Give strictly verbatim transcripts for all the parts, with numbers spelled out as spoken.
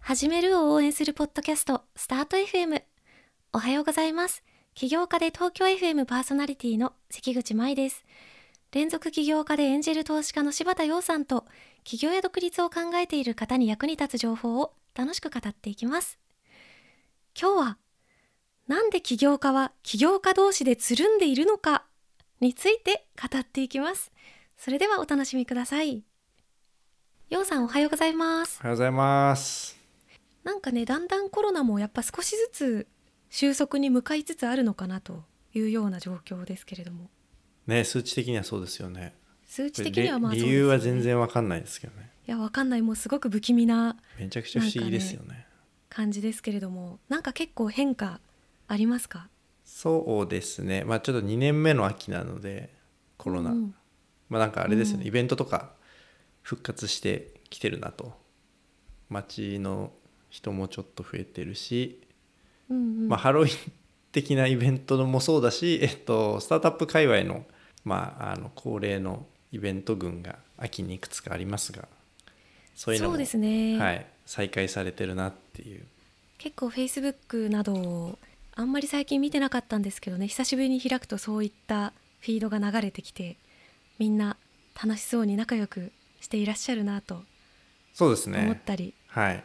始めるを応援するポッドキャストスタート エフエム。 おはようございます。起業家で東京 エフエム パーソナリティの関口舞です。連続起業家でエンジェル投資家の柴田洋さんと起業や独立を考えている方に役に立つ情報を楽しく語っていきます。今日はなんで起業家は起業家同士でつるんでいるのかについて語っていきます。それではお楽しみください。洋さん、おはようございます。 おはようございます。 なんかね、だんだんコロナもやっぱ少しずつ収束に向かいつつあるのかなというような状況ですけれどもね、数値的にはそうですよね。 数値的にはまあそうですよね。 理由は全然わかんないですけどね。 いやわかんない、もうすごく不気味なめちゃくちゃ不思議ですよね。 なんかね感じですけれども、なんか結構変化ありますか？ そうですね、まあちょっとにねんめの秋なのでコロナ、 うんうんまあなんかあれですね、 うんイベントとか復活してきてるなと。街の人もちょっと増えてるし、 うんうんまあハロウィン的なイベントもそうだし、えっとスタートアップ界隈のまああの恒例のイベント群が秋にいくつかありますが、そういうのもそうですね、 はい、再開されてるなっていう。 結構 Facebook などをあんまり最近見てなかったんですけどね、久しぶりに開くとそういったフィードが流れてきて、みんな楽しそうに仲良くしていらっしゃるなとそうですね、 思ったり、 はい。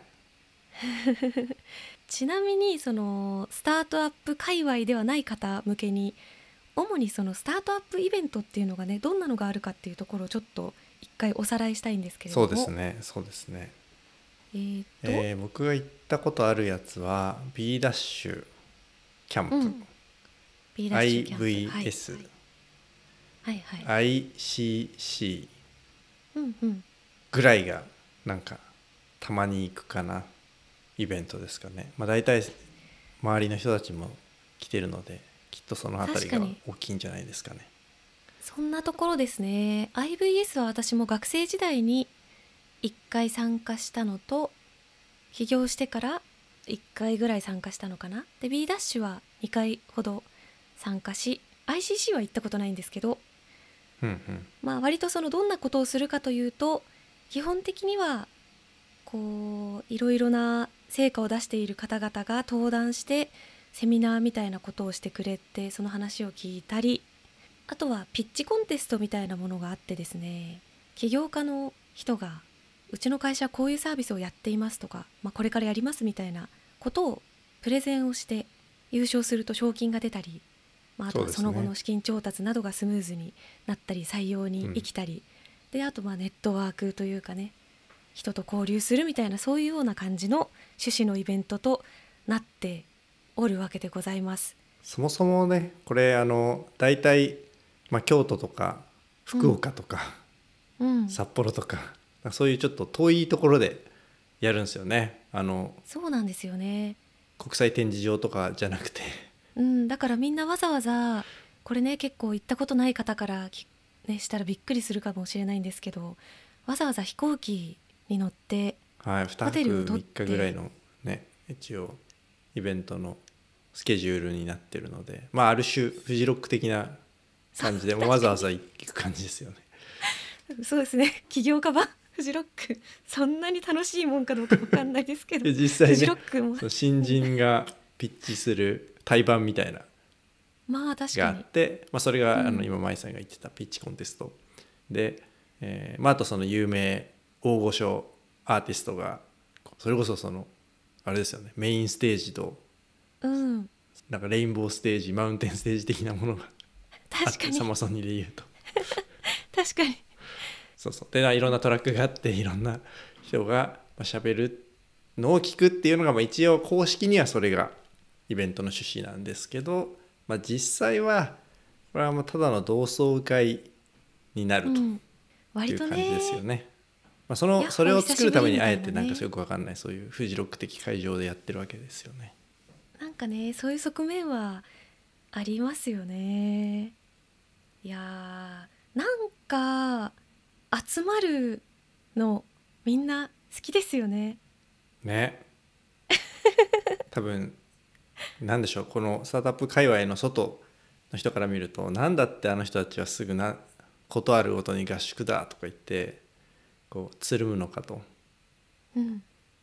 ちなみにそのスタートアップ界隈ではない方向けに、主にそのスタートアップイベントっていうのがね、どんなのがあるかっていうところをちょっと一回おさらいしたいんですけれども。 そうですねそうですね、 えーっと、 えー僕が行ったことあるやつは B ダッシュキャンプ、 うん、B ダッシュキャンプ IVS、 はいはいはい、 アイシーシーうんうんぐらいがなんかたまに行くかなイベントですかね。まあ大体周りの人たちも来てるので、きっとそのあたりが確かに大きいんじゃないですかね。 そんなところですね。 アイブイエス は私も学生時代にいっかい参加したのと、起業してからいっかいぐらい参加したのかな。で B ダッシュはにかいほど参加し、 アイシーシー は行ったことないんですけど、 うんうんまあ割とそのどんなことをするかというと、基本的にはこういろいろな成果を出している方々が登壇してセミナーみたいなことをしてくれて、その話を聞いたり、あとはピッチコンテストみたいなものがあってですね、起業家の人がうちの会社はこういうサービスをやっていますとか、まあ、これからやりますみたいなことをプレゼンをして、優勝すると賞金が出たり、まあ、あとはその後の資金調達などがスムーズになったり、採用に生きたり、うん、であとまあネットワークというかね、人と交流するみたいな、そういうような感じの趣旨のイベントとなっておるわけでございます。 そもそもね、これあの大体、まあ、京都とか福岡とか、 うんうん、 札幌とかそういうちょっと遠いところでやるんですよね。あのそうなんですよね。 国際展示場とかじゃなくて、 うん、だからみんなわざわざこれね、結構行ったことない方からき、ね、したらびっくりするかもしれないんですけど、わざわざ飛行機に乗ってはい、 ホテルをにはくみ取ってっかぐらいのね、一応イベントのスケジュールになってるので、まあある種フジロック的な感じでもうわざわざ行く感じですよね。 そうですね、起業家版フジロック、そんなに楽しいもんかどうか分かんないですけどで実際ね、 フジロックもその新人がピッチする対バンみたいなまあ確があかに、 って、まあ、それが、 うん、 あの今舞さんが言ってたピッチコンテストで、えーまあ、あとその有名大御所アーティストがそれこそそのあれですよね、メインステージとうん、 なんかレインボーステージ、マウンテンステージ的なものがあって、 確かにサマソニで言うと確かに、 そうそうでいろんなトラックがあって、いろんな人が喋るのを聞くっていうのが、まあ、一応公式にはそれがイベントの趣旨なんですけど、まあ、実際はこれはもうただの同窓会になるとうん、 い割とう感じですよね、 ね。まあ、そのヤッホーそれを作るためにあえて久しぶりみたいなねなんかよくわかんないそういうフジロック的会場でやってるわけですよね。 なんかね、そういう側面はありますよね。いやー、なんか集まるのみんな好きですよね。 ね多分なんでしょう、このスタートアップ界隈の外の人から見ると、なんだってあの人たちはすぐなことあるごとに合宿だとか言ってこうつるむのかとうん、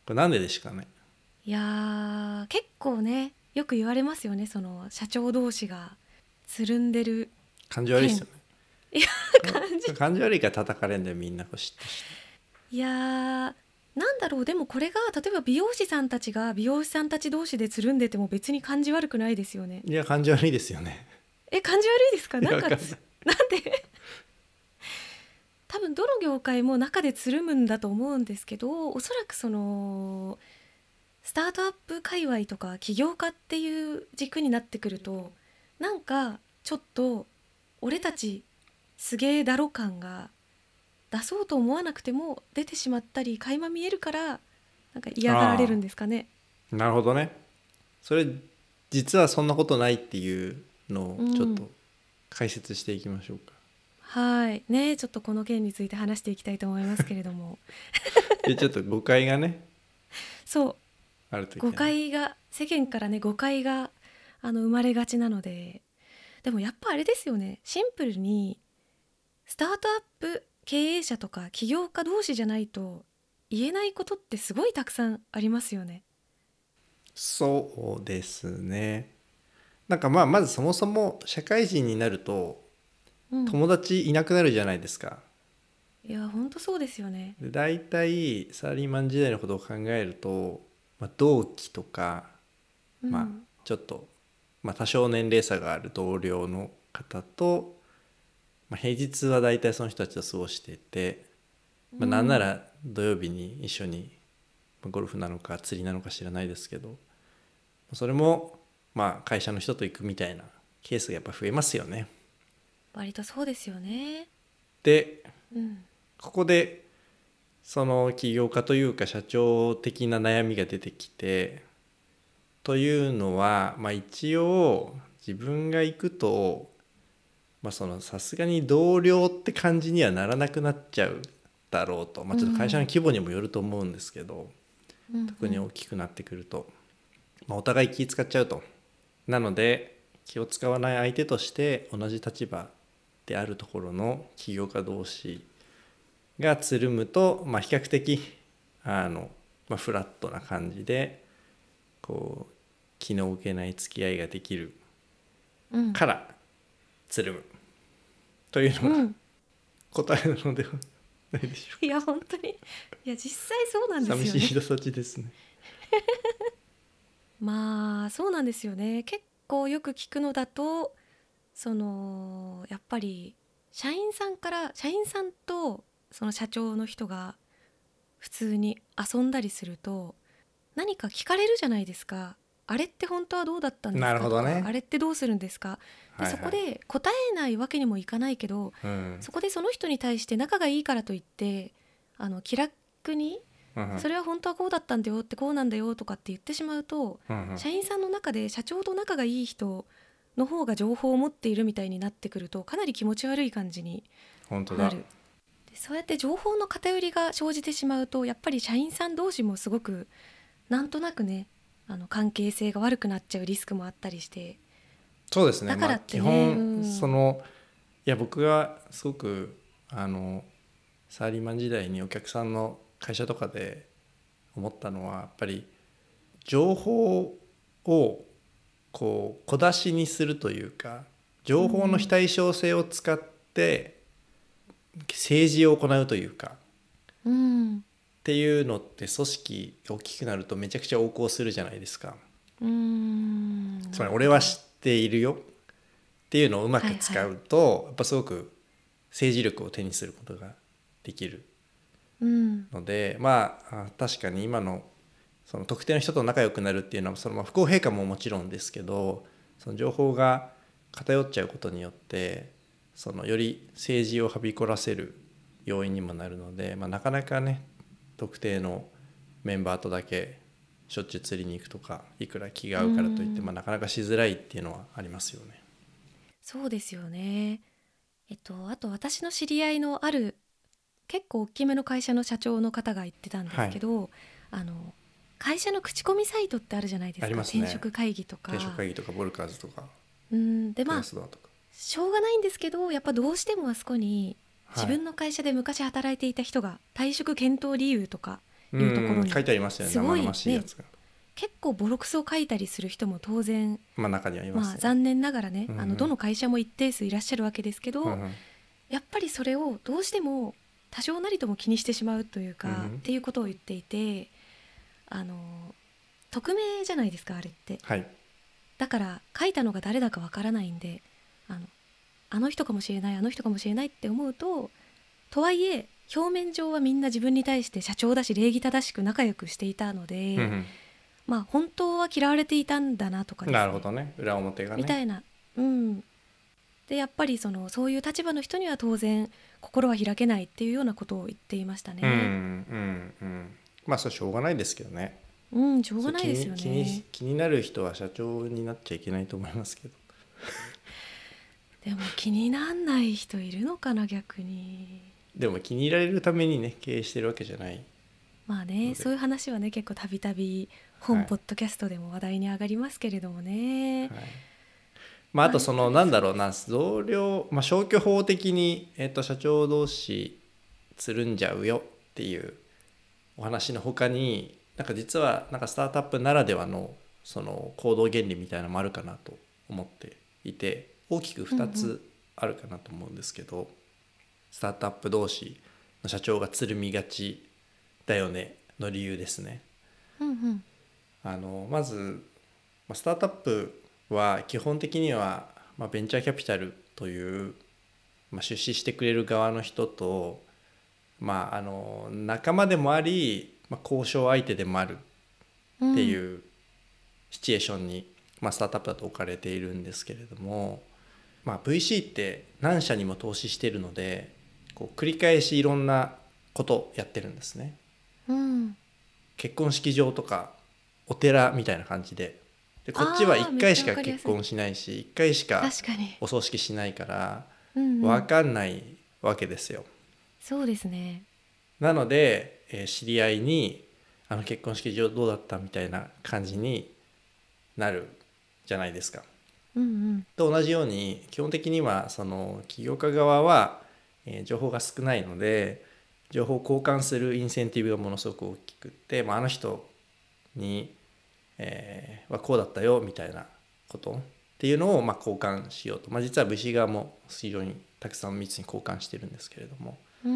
これなんでですかね。 いやー結構ねよく言われますよね、その社長同士がつるんでる感じ悪いですよね。 いや感じ感じ悪いから叩かれんだよみんなこう知って知って。 いやーなんだろう、でもこれが例えば美容師さんたちが美容師さんたち同士でつるんでても別に感じ悪くないですよね。 いや感じ悪いですよね。 え感じ悪いですか？なんかいやわかんないつなんで多分どの業界も中でつるむんだと思うんですけど、おそらくそのスタートアップ界隈とか起業家っていう軸になってくると、なんかちょっと俺たちすげえだろ感が出そうと思わなくても出てしまったり垣間見えるから、なんか嫌がられるんですかね。 なるほどね。それ実はそんなことないっていうのをちょっと解説していきましょうか。 はいね、ちょっとこの件について話していきたいと思いますけれどもでちょっと誤解がねそうあるといけない。 誤解が世間からね誤解があの生まれがちなので、でもやっぱあれですよね、シンプルにスタートアップ経営者とか起業家同士じゃないと言えないことってすごいたくさんありますよね。 そうですね。なんかまあまずそもそも社会人になるとうん、 友達いなくなるじゃないですか。 いやほんとそうですよね。 で大体サラリーマン時代のことを考えると、まあ、同期とか、 うんまあちょっと、まあ、多少年齢差がある同僚の方と、まあ、平日は大体その人たちと過ごしていて、まあ、なんなら土曜日に一緒にまあゴルフなのか釣りなのか知らないですけど、それもまあ会社の人と行くみたいなケースがやっぱ増えますよね。 割とそうですよね。 でうんここでその起業家というか社長的な悩みが出てきて、というのは、まあ、一応自分が行くと、まあ、そのさすがに同僚って感じにはならなくなっちゃうだろうと、まあ、ちょっと会社の規模にもよると思うんですけど、 うんうん、 特に大きくなってくると、まあ、お互い気使っちゃうと。なので気を使わない相手として同じ立場であるところの起業家同士がつるむと、まあ、比較的あの、まあ、フラットな感じでこう気の置けない付き合いができるからつるむというのがうん答えなのではないでしょうか。 いや本当にいや実際そうなんですよね。 寂しい人たちですね。 まあそうなんですよね。結構よく聞くのだと、そのやっぱり社員さんから社員さんとその社長の人が普通に遊んだりすると何か聞かれるじゃないですか。あれって本当はどうだったんですなるかとか、 ほどね。 あれってどうするんですか。で、 はいはい、 そこで答えないわけにもいかないけど、 うん、 そこでその人に対して仲がいいからといってあの気楽にうんうん、 それは本当はこうだったんだよってこうなんだよとかって言ってしまうと、 うんうん、 社員さんの中で社長と仲がいい人の方が情報を持っているみたいになってくるとかなり気持ち悪い感じに本当だ。 なる。でそうやって情報の偏りが生じてしまうとやっぱり社員さん同士もすごくなんとなくねあの関係性が悪くなっちゃうリスクもあったりして。 そうですね。 だからってね、 まあ、基本、 うん、 そのいや僕がすごくあのサラリーマン時代にお客さんの会社とかで思ったのはやっぱり情報をこう小出しにするというか、情報の非対称性を使って政治を行うというか、 うん、 っていうのって組織が大きくなるとめちゃくちゃ横行するじゃないですか。 うーんつまり俺は知っているよっていうのをうまく使うと、はいはい、やっぱすごく政治力を手にすることができるので、うん、まあ確かに今のその特定の人と仲良くなるっていうのはそのまあ不公平感ももちろんですけど、その情報が偏っちゃうことによってそのより政治をはびこらせる要因にもなるので、まあ、なかなかね特定のメンバーとだけしょっちゅう釣りに行くとかいくら気が合うからといって、まあ、なかなかしづらいっていうのはありますよね。 そうですよね。えっとあと私の知り合いのある結構大きめの会社の社長の方が言ってたんですけど、はい、あの会社の口コミサイトってあるじゃないですか。ありますね。転職会議とか転職会議とかボルカーズとか、 うんでまあしょうがないんですけど、やっぱどうしてもあそこに自分の会社で昔働いていた人が退職検討理由とかいうところに、 うん、書いてありますよね、 すごい生々しいやつが、 結構ボロクソを書いたりする人も当然、 まあ、中にはいますね、 まあ、残念ながらね、 うんうん、 あのどの会社も一定数いらっしゃるわけですけど、 うんうん、 やっぱりそれをどうしても多少なりとも気にしてしまうというか、 うんうん、 っていうことを言っていて、あの匿名じゃないですかあれって、 はい、 だから書いたのが誰だかわからないんで、あのあの人かもしれないあの人かもしれないって思うと、とはいえ表面上はみんな自分に対して社長だし礼儀正しく仲良くしていたので、 うんうん、 まあ本当は嫌われていたんだなとかですね、 なるほどね、裏表がねみたいな、うん、でやっぱりそのそういう立場の人には当然心は開けないっていうようなことを言っていましたね。 うんうんうん、まあそれしょうがないですけどね、 うん、しょうがないですよね。 気に、気に、気になる人は社長になっちゃいけないと思いますけどでも気になんない人いるのかな逆に。 でも気に入られるためにね経営してるわけじゃない。 まあね、そういう話はね結構たびたび本ポッドキャストでも話題に上がりますけれどもね、 はい、まあ、あとそのなんだろうな、同僚、まあ、消去法的に、えっと、社長同士つるんじゃうよっていうお話の他に、なんか実はなんかスタートアップならではのその行動原理みたいなのもあるかなと思っていて、大きくふたつあるかなと思うんですけど、うんうん、スタートアップ同士の社長がつるみがちだよねの理由ですね。 うんうん、 あのまずスタートアップは基本的には、まあ、ベンチャーキャピタルという、まあ、出資してくれる側の人と、まあ、あの仲間でもあり、まあ、交渉相手でもあるっていうシチュエーションに、まあ、スタートアップだと置かれているんですけれども、まあ、ブイシー って何社にも投資しているので、こう繰り返しいろんなことをやってるんですね、 うん、 結婚式場とかお寺みたいな感じで、でこっちはいっかいしか結婚しないしいっかいしかお葬式しないから分かんないわけですよ、うんうん、 そうですね。 なので、えー、知り合いにあの結婚式場どうだったみたいな感じになるじゃないですか、 うんうん、 と同じように基本的にはその起業家側は、えー、情報が少ないので情報を交換するインセンティブがものすごく大きくって、まあ、あの人にえー、はこうだったよみたいなことっていうのをまあ交換しようと、まあ、実は ブイシー 側も非常にたくさん密に交換してるんですけれども、 うん、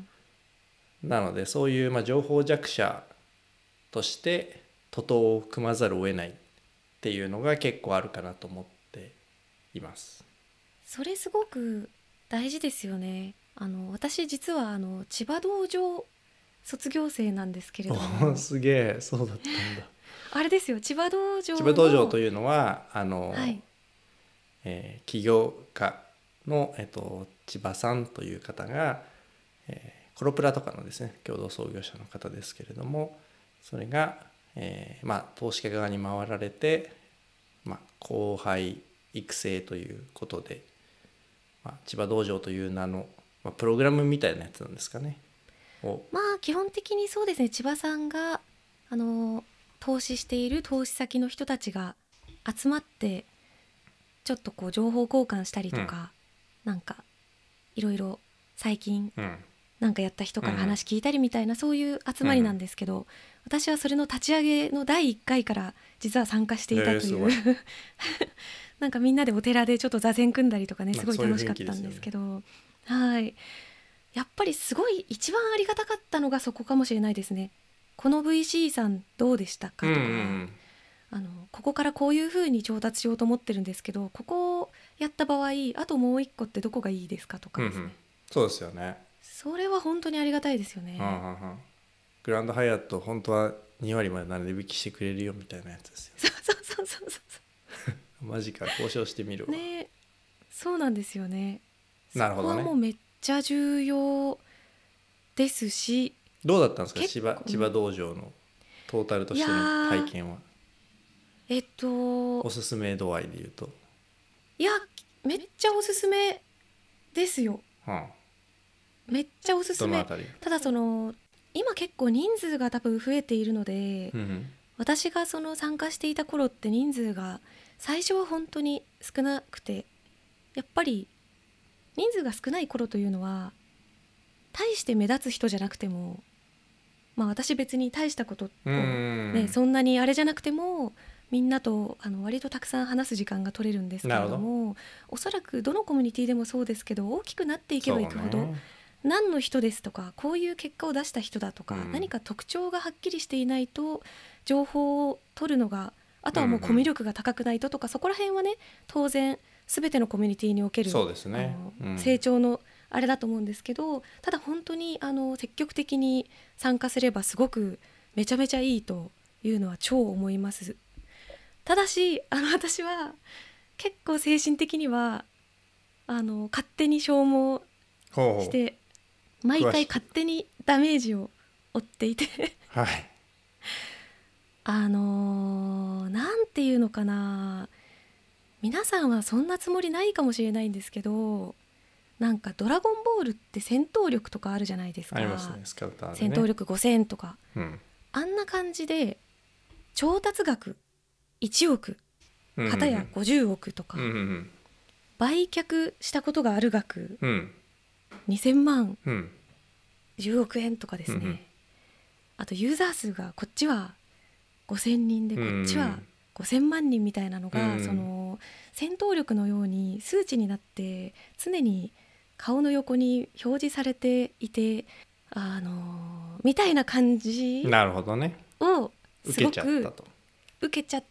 なのでそういうまあ情報弱者として徒党を組まざるを得ないっていうのが結構あるかなと思っています。 それすごく大事ですよね。あの私実はあの千葉道場卒業生なんですけれどもすげえ、そうだったんだ。 あれですよ、千葉道場の千葉道場というのはあの、 はいえー、起業家の、えー、と千葉さんという方が、えー、コロプラとかのですね共同創業者の方ですけれども、それが、えーまあ、投資家側に回られて、まあ、後輩育成ということで、まあ、千葉道場という名の、まあ、プログラムみたいなやつなんですかね。をまあ基本的にそうですね、千葉さんがあの投資している投資先の人たちが集まってちょっとこう情報交換したりとか、うん、なんかいろいろ最近なんかやった人から話聞いたりみたいな、そういう集まりなんですけど、うん、私はそれの立ち上げのだいいっかいから実は参加していたという、えー、なんかみんなでお寺でちょっと座禅組んだりとかね、すごい楽しかったんですけど、ね、はいやっぱりすごい一番ありがたかったのがそこかもしれないですね。この ブイシー さんどうでしたかとか、うんうん、あのここからこういうふうに調達しようと思ってるんですけど、ここをやった場合あともう一個ってどこがいいですかとかですね、うんうん、 そうですよね。それは本当にありがたいですよね、 うんうんうん、グランドハイアット本当はに割まで値引きしてくれるよみたいなやつですよ、ね、 そうそうそうそうそうマジか、交渉してみるわ、 ね、そうなんですよね。 なるほどね。 そこはもうめっちゃ重要ですし、 どうだったんですか、千葉、千葉道場のトータルとしての体験は。 えっとおすすめ度合いで言うと、 いやめっちゃおすすめですよ、 うん、 めっちゃおすすめ。 どのあたり？ ただその今結構人数が多分増えているので、うんうん、私がその参加していた頃って人数が最初は本当に少なくて、やっぱり人数が少ない頃というのは大して目立つ人じゃなくてもまあ、私別に大したことを、 うんね、そんなにあれじゃなくてもみんなとあの割とたくさん話す時間が取れるんですけれども、おそらくどのコミュニティでもそうですけど、大きくなっていけばいくほど、 ね、 何の人ですとかこういう結果を出した人だとか、うん、何か特徴がはっきりしていないと情報を取るのが、あとはもうコミュ力が高くないととか、うんうん、そこら辺はね当然全てのコミュニティにおけるそうですね、 あの、 うん、 成長のあれだと思うんですけど、ただ本当にあの積極的に参加すればすごくめちゃめちゃいいというのは超思います。ただしあの私は結構精神的にはあの勝手に消耗して毎回勝手にダメージを負っていてはい、 あのー、なんていうのかな、皆さんはそんなつもりないかもしれないんですけど、なんかドラゴンボールって戦闘力とかあるじゃないですか。 ありますね、スカウターでね、 戦闘力ごせんとか、 うん、 あんな感じで調達額いちおく、片やごじゅうおくとか、 うんうんうん、 売却したことがある額、 うん、 にせんまん、 うん、 じゅうおくえんとかですね、うんうん、あとユーザー数がこっちはごせんにんでこっちはごせんまんにんみたいなのが、うん、その戦闘力のように数値になって常に顔の横に表示されていて、あのー、みたいな感じなるほどねをすごく受けちゃったと受けちゃって、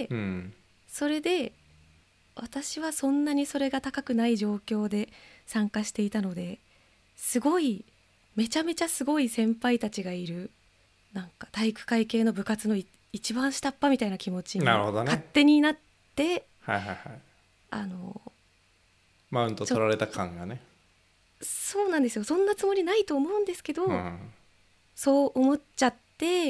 うん、 それで私はそんなにそれが高くない状況で参加していたので、すごいめちゃめちゃすごい先輩たちがいるなんか体育会系の部活の一番下っ端みたいな気持ちに勝手になって、 はいはいはい、 あのマウント取られた感がね、 そうなんですよ。そんなつもりないと思うんですけど、 うん、 そう思っちゃって、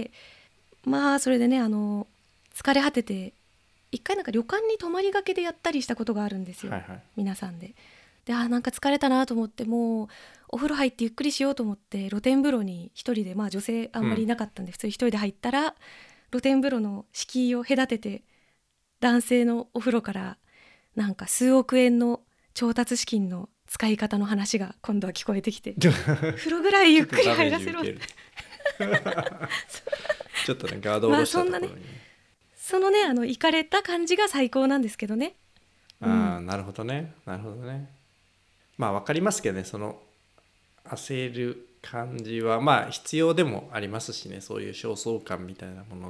まあそれでね、あの疲れ果てて一回なんか旅館に泊まりがけでやったりしたことがあるんですよ、 はいはい、 皆さんで。で、あなんか疲れたなと思って、もうお風呂入ってゆっくりしようと思って露天風呂に一人で、まあ女性あんまりいなかったんで、うん、普通に一人で入ったら露天風呂の敷居を隔てて男性のお風呂からなんか数億円の調達資金の使い方の話が今度は聞こえてきて風呂ぐらいゆっくり入らせろってちょっとねガードを下ろしたところに、まあ そ, ね、 そのねあのイカれた感じが最高なんですけどね。 ああ、うん、なるほどねなるほどね。まあ分かりますけどね、その焦る感じはまあ必要でもありますしね、そういう焦燥感みたいなものって。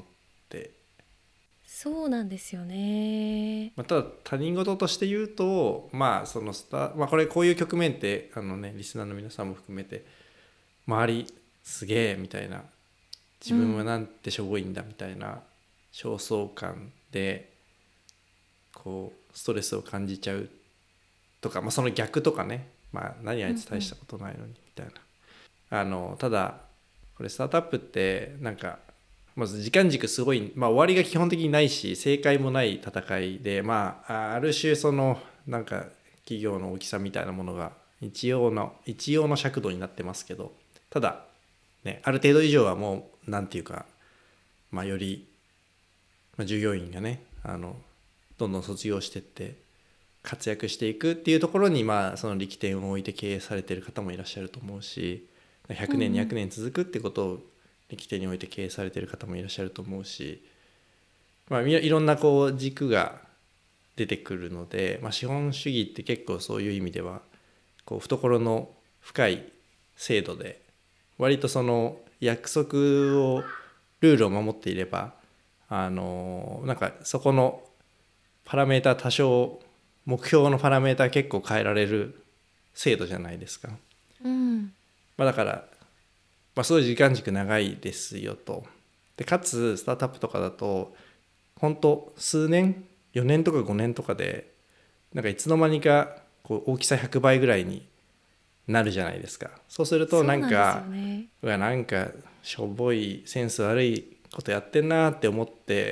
そうなんですよね、 まあ、ただ他人事として言うと、まあそのスタ、まあ、これこういう局面ってあの、ね、リスナーの皆さんも含めて周りすげえみたいな、自分はなんてしょぼいんだみたいな焦燥感でこうストレスを感じちゃうとか、まあ、その逆とかね、まあ、何あいつ大したことないのにみたいな、うんうん、あのただこれスタートアップってなんかまず時間軸すごい、まあ、終わりが基本的にないし正解もない戦いで、まあ、ある種そのなんか企業の大きさみたいなものが一応の一応の尺度になってますけど、ただ、ね、ある程度以上はもうなんていうか、まあ、より、まあ、従業員がねあのどんどん卒業してって活躍していくっていうところに、まあ、その力点を置いて経営されている方もいらっしゃると思うし、ひゃくねんにひゃくねん続くってことを力点に置いて経営されている方もいらっしゃると思うし、まあ、いろんなこう軸が出てくるので、まあ、資本主義って結構そういう意味ではこう懐の深い制度で、割とその約束をルールを守っていればあのなんかそこのパラメータ多少目標のパラメータ結構変えられる制度じゃないですか、 うんまあ、だからまあ、すごい時間軸長いですよと。でかつスタートアップとかだと本当数年よねんとかごねんとかでなんかいつの間にかこう大きさひゃくばいぐらいになるじゃないですか。そうするとなんかそうなんですよね。 うわなんかしょぼいセンス悪いことやってんなって思って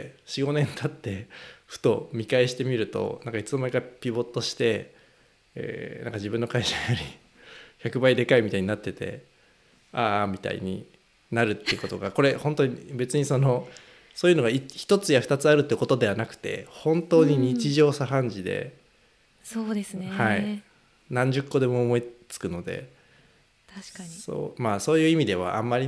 よんごねん経ってふと見返してみるとなんかいつの間にかピボットして、えー、なんか自分の会社よりひゃくばいでかいみたいになってて、ああみたいになるっていうことが、これ本当に別にそのそういうのが一つや二つあるってことではなくて、本当に日常茶飯事で、 うん、そうですね、 はい、何十個でも思いつくので、 確かにそう、まあ、そういう意味ではあんまりね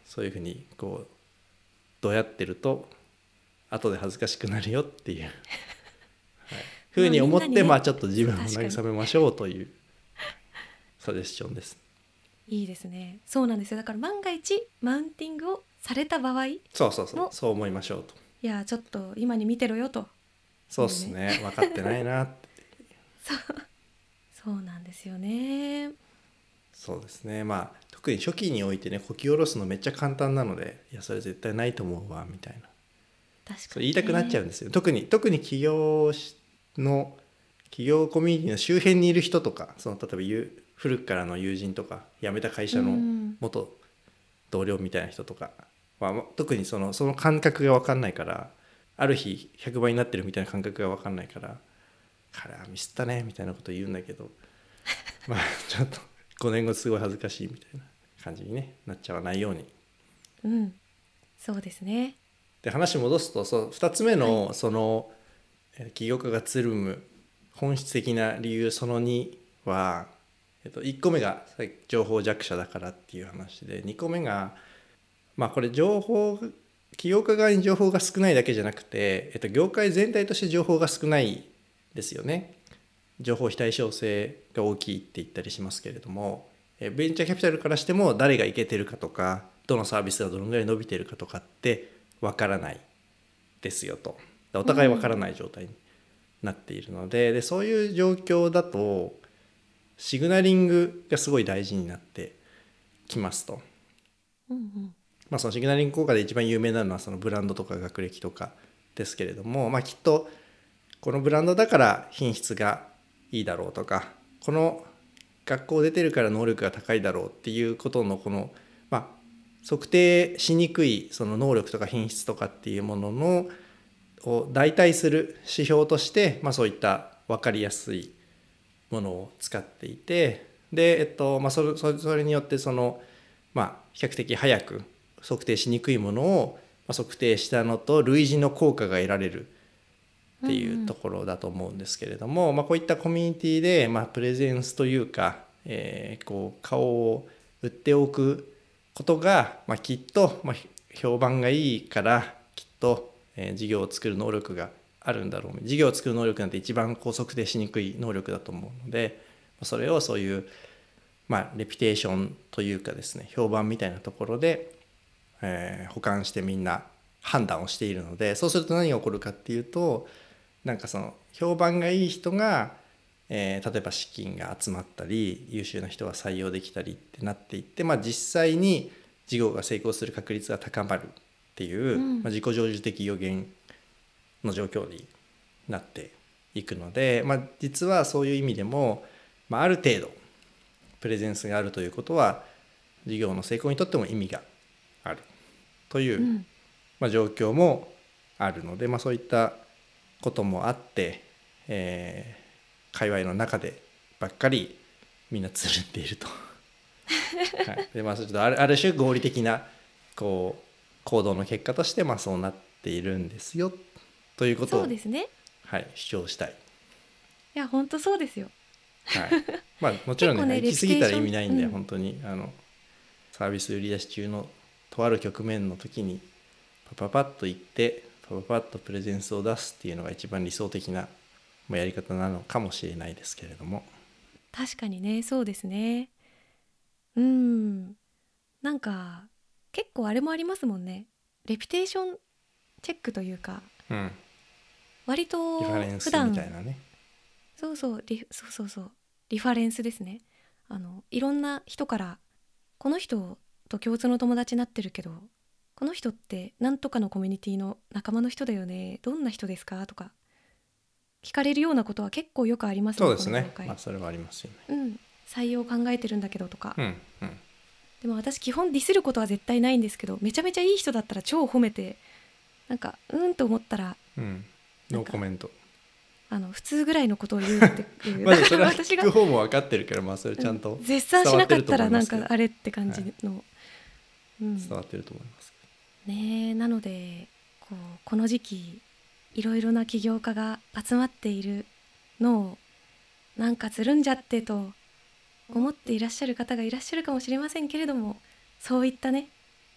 そういうふうにこうどうやってると後で恥ずかしくなるよっていう、はい、ふうに思って、 ね、 まあちょっと自分を慰めましょうというサジェスションです。 いいですね。そうなんですよ。だから万が一マウンティングをされた場合、 そうそうそうそう思いましょうと。 いやちょっと今に見てろよと。 そうっすね、分かってないなってそうそうなんですよね。 そうですね。まあ特に初期においてね、こき下ろすのめっちゃ簡単なので、いやそれ絶対ないと思うわみたいな、 確かにね、 そう言いたくなっちゃうんですよ。特に特に企業の企業コミュニティの周辺にいる人とか、その例えばゆ古くからの友人とか辞めた会社の元同僚みたいな人とかは、特にそのその感覚が分かんないから、ある日ひゃくばいになってるみたいな感覚が分かんないから彼はミスったねみたいなこと言うんだけどまあちょっとごねんごすごい恥ずかしいみたいな感じに、ね、なっちゃわないように。 うんそうですね。 で話戻すと、そうふたつめのその、はい、起業家がつるむ本質的な理由そのには、えっと、いっこめが情報弱者だからっていう話で、にこめがまあこれ情報起業家側に情報が少ないだけじゃなくて、えっと、業界全体として情報が少ないですよね。情報非対称性が大きいって言ったりしますけれども、ベンチャーキャピタルからしても誰がいけてるかとか、どのサービスがどのぐらい伸びてるかとかってわからないですよと。お互いわからない状態になっているので、でそういう状況だとシグナリングがすごい大事になってきますと。 うんうんまあ、そのシグナリング効果で一番有名なのはそのブランドとか学歴とかですけれども、まあ、きっとこのブランドだから品質がいいだろうとか、この学校出てるから能力が高いだろうっていうことのこの、まあ、測定しにくいその能力とか品質とかっていうもののを代替する指標として、まあ、そういった分かりやすいものを使っていて、で、えっとまあ、それ、それによってその、まあ、比較的早く測定しにくいものを測定したのと類似の効果が得られるっていうところだと思うんですけれども、うんうんまあ、こういったコミュニティで、まあ、プレゼンスというか、えー、こう顔を売っておくことが、まあ、きっと、まあ、評判がいいからきっと、えー、事業を作る能力があるんだろう。事業を作る能力なんて一番こう測定しにくい能力だと思うので、それをそういう、まあ、レピュテーションというかですね、評判みたいなところで、えー、補完してみんな判断をしているので、そうすると何が起こるかっていうと、なんかその評判がいい人が、えー、例えば資金が集まったり優秀な人が採用できたりってなっていって、まあ、実際に事業が成功する確率が高まるっていう、うんまあ、自己成就的予言の状況になっていくので、まあ、実はそういう意味でも、まあ、ある程度プレゼンスがあるということは事業の成功にとっても意味があるという、うんまあ、状況もあるので、まあ、そういったこともあって、えー、界隈の中でばっかりみんなつるんでいると、はい、で、まあ、ちょっとある、ある種合理的なこう行動の結果として、まあ、そうなっているんですよということを、 そうですね、 はい、主張したい。 いや本当そうですよ、 はいまあ、もちろん ね, ね行き過ぎたら意味ないんで、うん、本当にあのサービス売り出し中のとある局面の時にパパパッと行ってパパパッとプレゼンスを出すっていうのが一番理想的なやり方なのかもしれないですけれども。 確かにね、そうですね。うんなんか結構あれもありますもんね、レピュテーションチェックというか、うん、割と普段リファレンスみたいなね、そうそうリそうそうそうリファレンスですね。あのいろんな人からこの人と共通の友達になってるけどこの人ってなんとかのコミュニティの仲間の人だよね、どんな人ですかとか聞かれるようなことは結構よくありますね。 そうですね、まあ、それはありますよね、 うん、採用考えてるんだけどとか、 うんうん、 でも私基本ディスることは絶対ないんですけど、めちゃめちゃいい人だったら超褒めて、なんかうんと思ったら、 うん、ノーコメント、 あの普通ぐらいのことを言うっていうまずそれは聞く方も分かってるから、まあ、それちゃんと絶賛しなかったらなんかあれって感じの、はいうん、伝わってると思います、 ね。なのでこうこの時期いろいろな起業家が集まっているのをなんかずるんじゃってと思っていらっしゃる方がいらっしゃるかもしれませんけれども、そういったね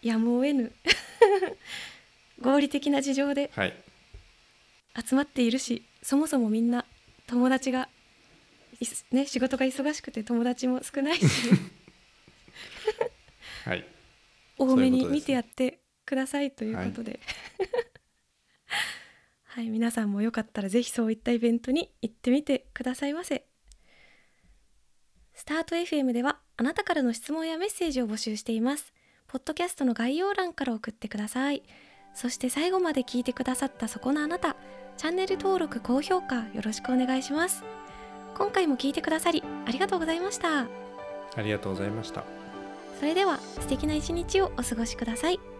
やむを得ぬ合理的な事情ではい集まっているし、そもそもみんな友達がいす、ね、仕事が忙しくて友達も少ないしはい多めに見てやっってくださいということで、はい、はい、皆さんもよかったらぜひそういったイベントに行ってみてくださいませ。スタート エフエム ではあなたからの質問やメッセージを募集しています。ポッドキャストの概要欄から送ってください。そして最後まで聞いてくださったそこのあなた、チャンネル登録高評価よろしくお願いします。今回も聞いてくださりありがとうございました。 ありがとうございました。 それでは素敵な一日をお過ごしください。